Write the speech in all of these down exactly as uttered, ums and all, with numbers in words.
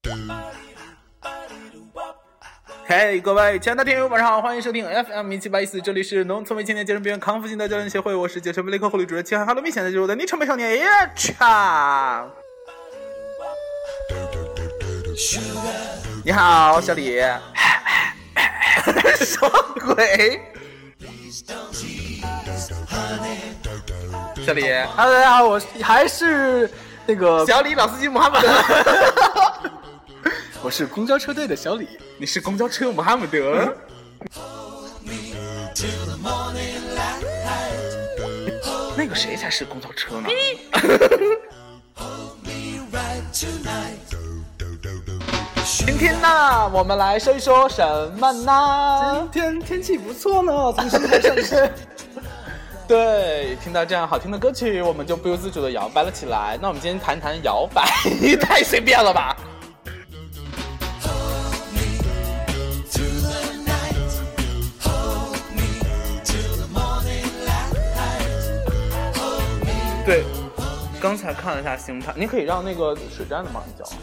嘿、hey, 各位亲爱的听友晚上好，欢迎收听 F M 一七八一四，这里是农村为青年健身病康复性的教练协会，我是健身类科护理主任秦汉哈罗米，现在就是我的昵称美少年耶叉。你好，小李。什么鬼？小李 ，Hello， 大家好，我还是那个小李老司机穆罕默德。 我是公交车队的小李， 你是公交车穆罕默德。那个谁才是公交车呢？今天呢，我们来说一说什么呢？ 今天天气不错呢，从新台上升。 对，听到这样好听的歌曲，我们就不由自主的摇摆了起来。那我们今天谈谈摇摆，太随便了吧？对，刚才看了一下星盘，你可以让那个水站的帮你教。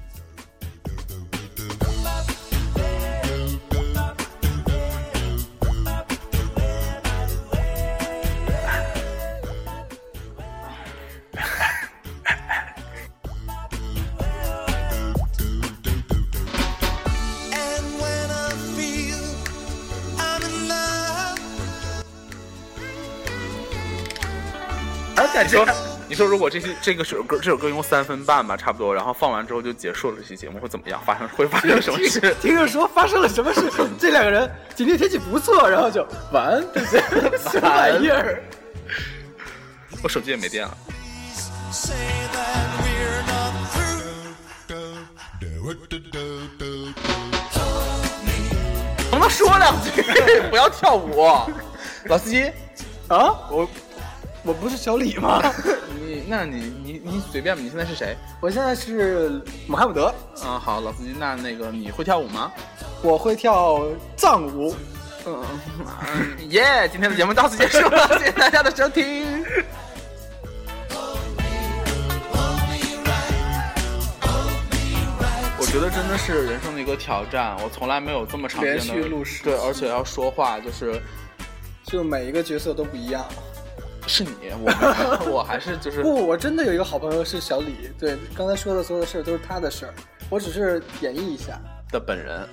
你说，你说，如果这些这个首歌这首歌用三分半吧，差不多，然后放完之后就结束了，这期节目会怎么样？发生会发生什么事？ 听着说发生了什么事？这两个人今天天气不错，然后就晚安，对不对？什么玩意儿？ 我手机也没电了。能不能说两句？不要跳舞，老司机啊，我。我不是小李吗？ 你那你你你随便吧，你现在是谁？ 我现在是穆罕默德。 啊，好，老司机，那那个你会跳舞吗？ 我会跳藏舞。 嗯，耶、yeah, ！今天的节目到此结束了，谢谢大家的收听。我觉得真的是人生的一个挑战，我从来没有这么长时间的连续录视， 对，而且要说话，就是就每一个角色都不一样。 是你，我我还是就是不，我真的有一个好朋友是小李，对，刚才说的所有的事都是他的事儿，我只是演绎一下的本人。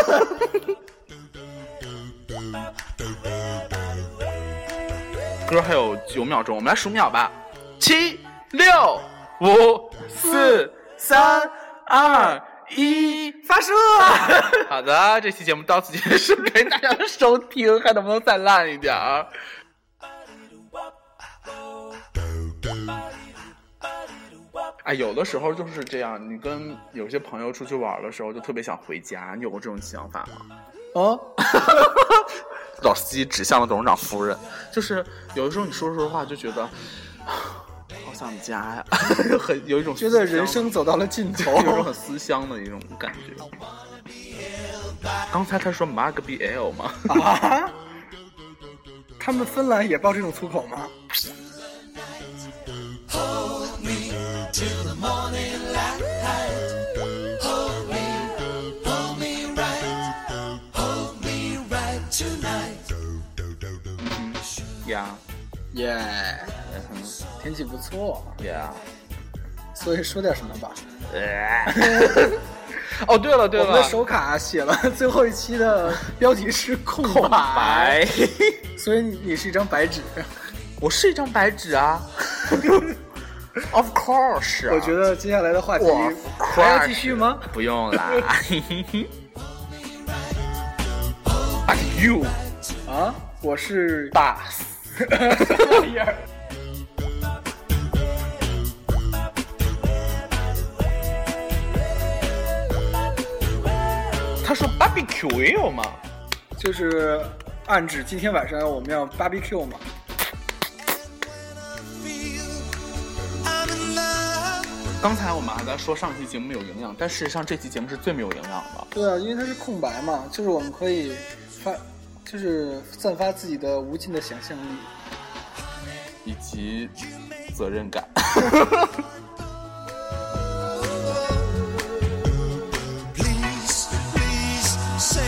歌还有九秒钟，我们来数秒吧，七、六、五、四、三、二、一，发射！好的，这期节目到此结束，感谢大家的收听，看能不能再烂一点儿。哎，有的时候就是这样，你跟有些朋友出去玩的时候，就特别想回家。你有过这种想法吗？ 哦， 老司机指向了董事长夫人，就是有的时候你说说话就觉得好想家呀，很有一种觉得人生走到了尽头， 有一种很思乡的一种感觉。刚才他说马个 B L 吗？ 啊？他们芬兰也爆这种粗口吗？ 呀， 耶，天气不错， 呀， 所以说点什么吧。 哦，对了对了， 我们的手卡写了最后一期的标题是空白， 空白所以你你是一张白纸。 我是一张白纸啊。Of course， 我觉得接下来的话题还要继续吗？ 不用啦。But you 啊，我是 boss。 什么玩意儿？ 他说 barbecue 也有吗？ 就是暗指今天晚上我们要 barbecue 嘛。 刚才我们还在说上期节目有营养，但事实上这期节目是最没有营养的。 对啊，因为它是空白嘛，就是我们可以发，就是散发自己的无尽的想象力以及责任感。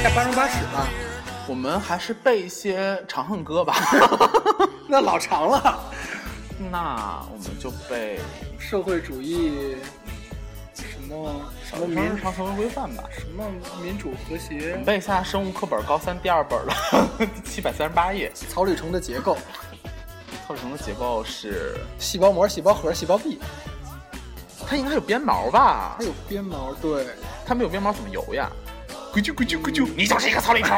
下八荣八耻吧。 我们还是背一些《长恨歌》吧。 那老长了。 那我们就背社会主义什么什么民日常行为规范吧， 什么民主和谐。 我们背一下生物课本高三第二本的第七百三十八页。 草履虫的结构。 草履虫的结构是细胞膜、细胞核、细胞壁。 它应该有鞭毛吧？ 它有鞭毛，对。 它没有鞭毛怎么游呀？咕啾咕啾咕啾，你就是一个草履虫。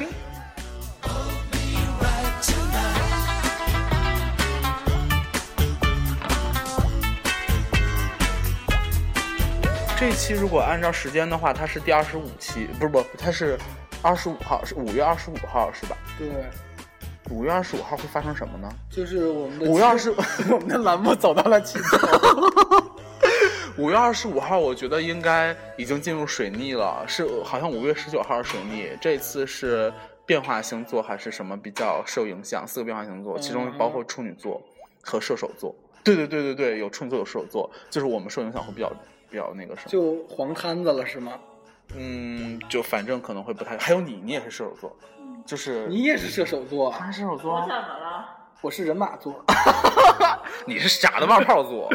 这一期如果按照时间的话，它是第二十五期，不是不，它是二十五号，是五月二十五号，是吧？ 对。 五月二十五号会发生什么呢？ 就是我们的五月二十， 我们的栏目走到了尽头。 五月二十五号，我觉得应该已经进入水逆了，是好像五月十九号是水逆，这次是变化星座还是什么比较受影响？四个变化星座，其中包括处女座和射手座。对对对对对，有处女座有射手座，就是我们受影响会比较比较那个什么。 就黄摊子了是吗？ 嗯，就反正可能会不太。还有你，你也是射手座，就是你也是射手座， 他是射手座， 我怎么了？ 我是人马座， 你是傻的冒泡座。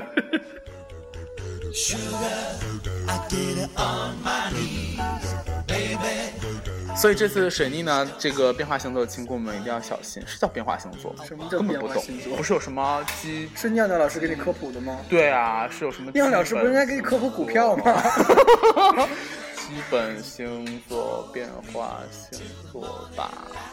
所以这次水逆呢，这个变化星座的亲故们一定要小心。是叫变化星座吗？ 什么叫变化星座？ 不是有什么基？ 是尿尿老师给你科普的吗？ 对啊，是有什么？ 尿尿老师不是应该给你科普股票吗？ 基本星座变化星座吧，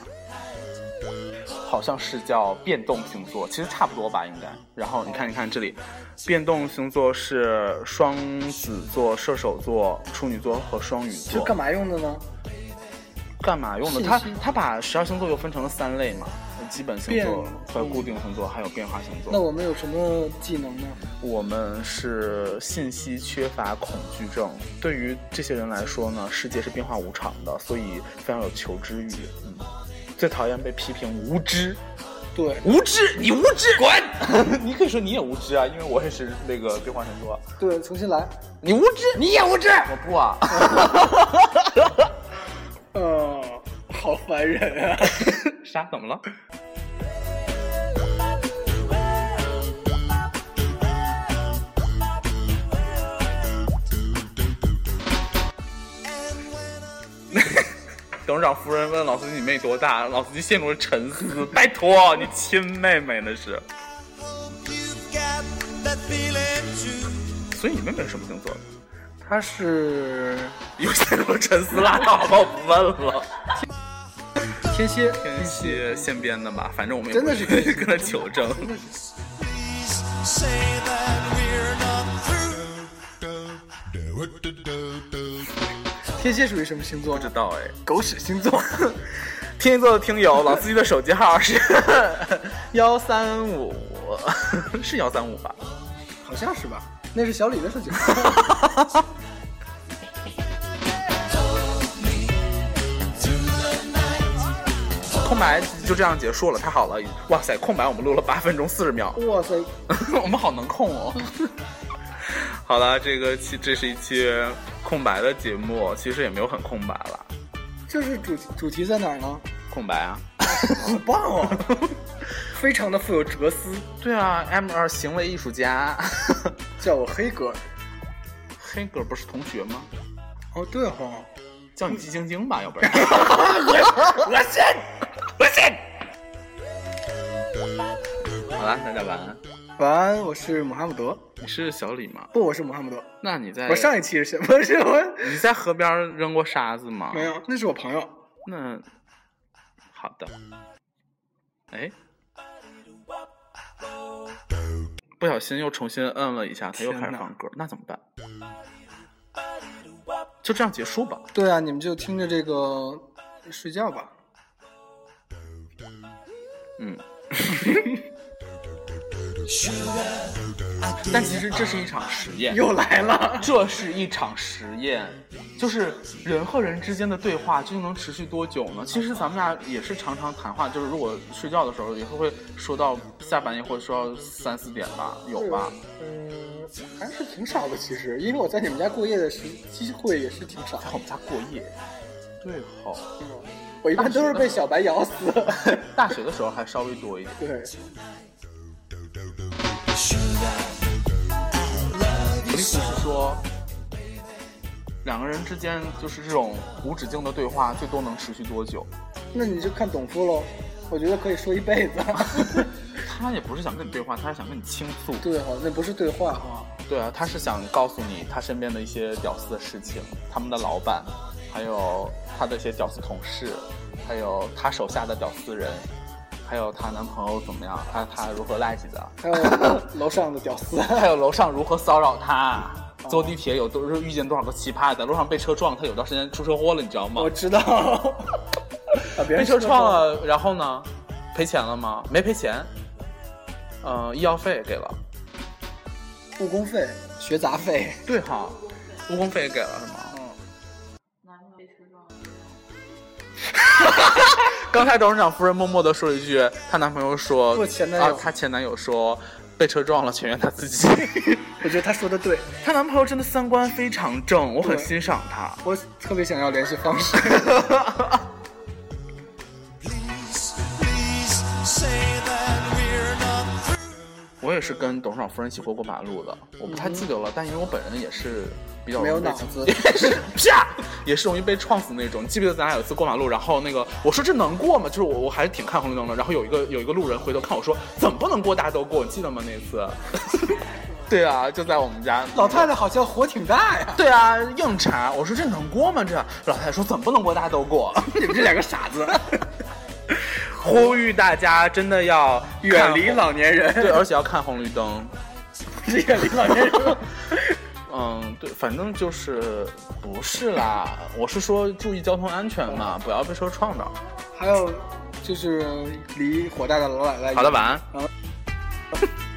好像是叫变动星座，其实差不多吧，应该。然后你看，你看这里，变动星座是双子座、射手座、处女座和双鱼座。 这干嘛用的呢？ 干嘛用的？他他把十二星座又分成了三类嘛，基本星座和固定星座，还有变化星座。 那我们有什么技能呢？ 我们是信息缺乏恐惧症，对于这些人来说呢，世界是变化无常的，所以非常有求知欲。嗯，最讨厌被批评无知。 对， 无知，你无知，滚！你可以说你也无知啊，因为我也是那个变化星座。 对，重新来。 你无知， 你也无知。 我不啊。 呃，好烦人啊！ 啥？怎么了？董事长夫人问老司机：“你妹多大？”老司机陷入了沉思。拜托，你亲妹妹那是。所以你妹妹是什么星座的？ 他是又陷入了沉思，拉倒吧，我不问了。 天蝎， 天蝎现编的吧？反正我们也真的是跟他求证。 天蝎属于什么星座？ 不知道哎， 狗屎星座。 天蝎座的听友，老司机的手机号是幺三五，是幺三五吧？ 好像是吧？那是小李的手机号。 空白就这样结束了，太好了！哇塞，空白我们录了八分钟四十秒， 哇塞， 我们好能控哦。好了，这个期这是一期空白的节目，其实也没有很空白了。 就是主主题在哪儿呢？ 空白啊， 好棒哦，非常的富有哲思。 对啊 ，M 二行为艺术家， 叫我黑格尔。 黑格尔不是同学吗？ 哦，对哈、哦， 叫你鸡晶晶吧，要不然。 恶心，恶心。 好了，大家晚安。 晚安，我是姆哈姆德。 你是小李吗？ 不，我是姆哈姆德。 那你在我上一期是不是我？ 你在河边扔过沙子吗？ 没有，那是我朋友。 那好的。哎，不小心又重新摁了一下，他又开始放歌，那怎么办？就这样结束吧。 对啊，你们就听着这个睡觉吧。 嗯。但其实这是一场实验， 又来了。 这是一场实验，就是人和人之间的对话究竟能持续多久呢？其实咱们俩也是常常谈话，就是如果睡觉的时候也会会说到下半夜，或者说到三四点吧，有吧？ 嗯，还是挺少的。其实，因为我在你们家过夜的时机会也是挺少。 在我们家过夜， 对吼， 我一般都是被小白咬死。 大学的时候还稍微多一点。 对。 我的意思是说，两个人之间就是这种无止境的对话，最多能持续多久？ 那你就看董夫喽，我觉得可以说一辈子。 他也不是想跟你对话，他是想跟你倾诉。 对哈，那不是对话啊。 对啊，他是想告诉你他身边的一些屌丝的事情，他们的老板，还有他的一些屌丝同事，还有他手下的屌丝人，还有她男朋友怎么样，还有她如何赖几的， 还有楼上的屌丝， 还有楼上如何骚扰她。坐地铁有都是遇见多少个奇葩，在路上被车撞，他有段时间出车祸了，你知道吗？ 我知道。啊、 被车撞了，然后呢？赔钱了吗？没赔钱。呃，医药费给了。 误工费、学杂费。 对哈，误工费也给了是吗？ 嗯。 男朋友被车撞了。 刚才董事长夫人默默地说了一句，她男朋友说， 我前男友， 啊，她前男友说。被车撞了，全怨他自己。 我觉得他说的对， 她男朋友真的三观非常正，我很欣赏他。 我特别想要联系方式。 我也是跟董事长夫人一起过过马路的，我不太记得了，嗯、但因为我本人也是比较没有脑子， 也是啪，也是容易被撞死那种。你记不记得咱俩有一次过马路，然后那个我说这能过吗？就是我我还是挺看红绿灯的，然后有一个有一个路人回头看我说怎么不能过，大家都过，你记得吗？那次。对啊，就在我们家。 老太太好像火挺大呀。 对啊，硬茬。我说这能过吗？这老太太说怎么不能过，大家都过。 你们这两个傻子。 呼吁大家真的要远离老年人， 对，而且要看红绿灯， 不是远离老年人。 嗯，对，反正就是不是啦，我是说注意交通安全嘛，不要被车撞着。 还有就是离火大的老奶奶。 好的，晚安。 然后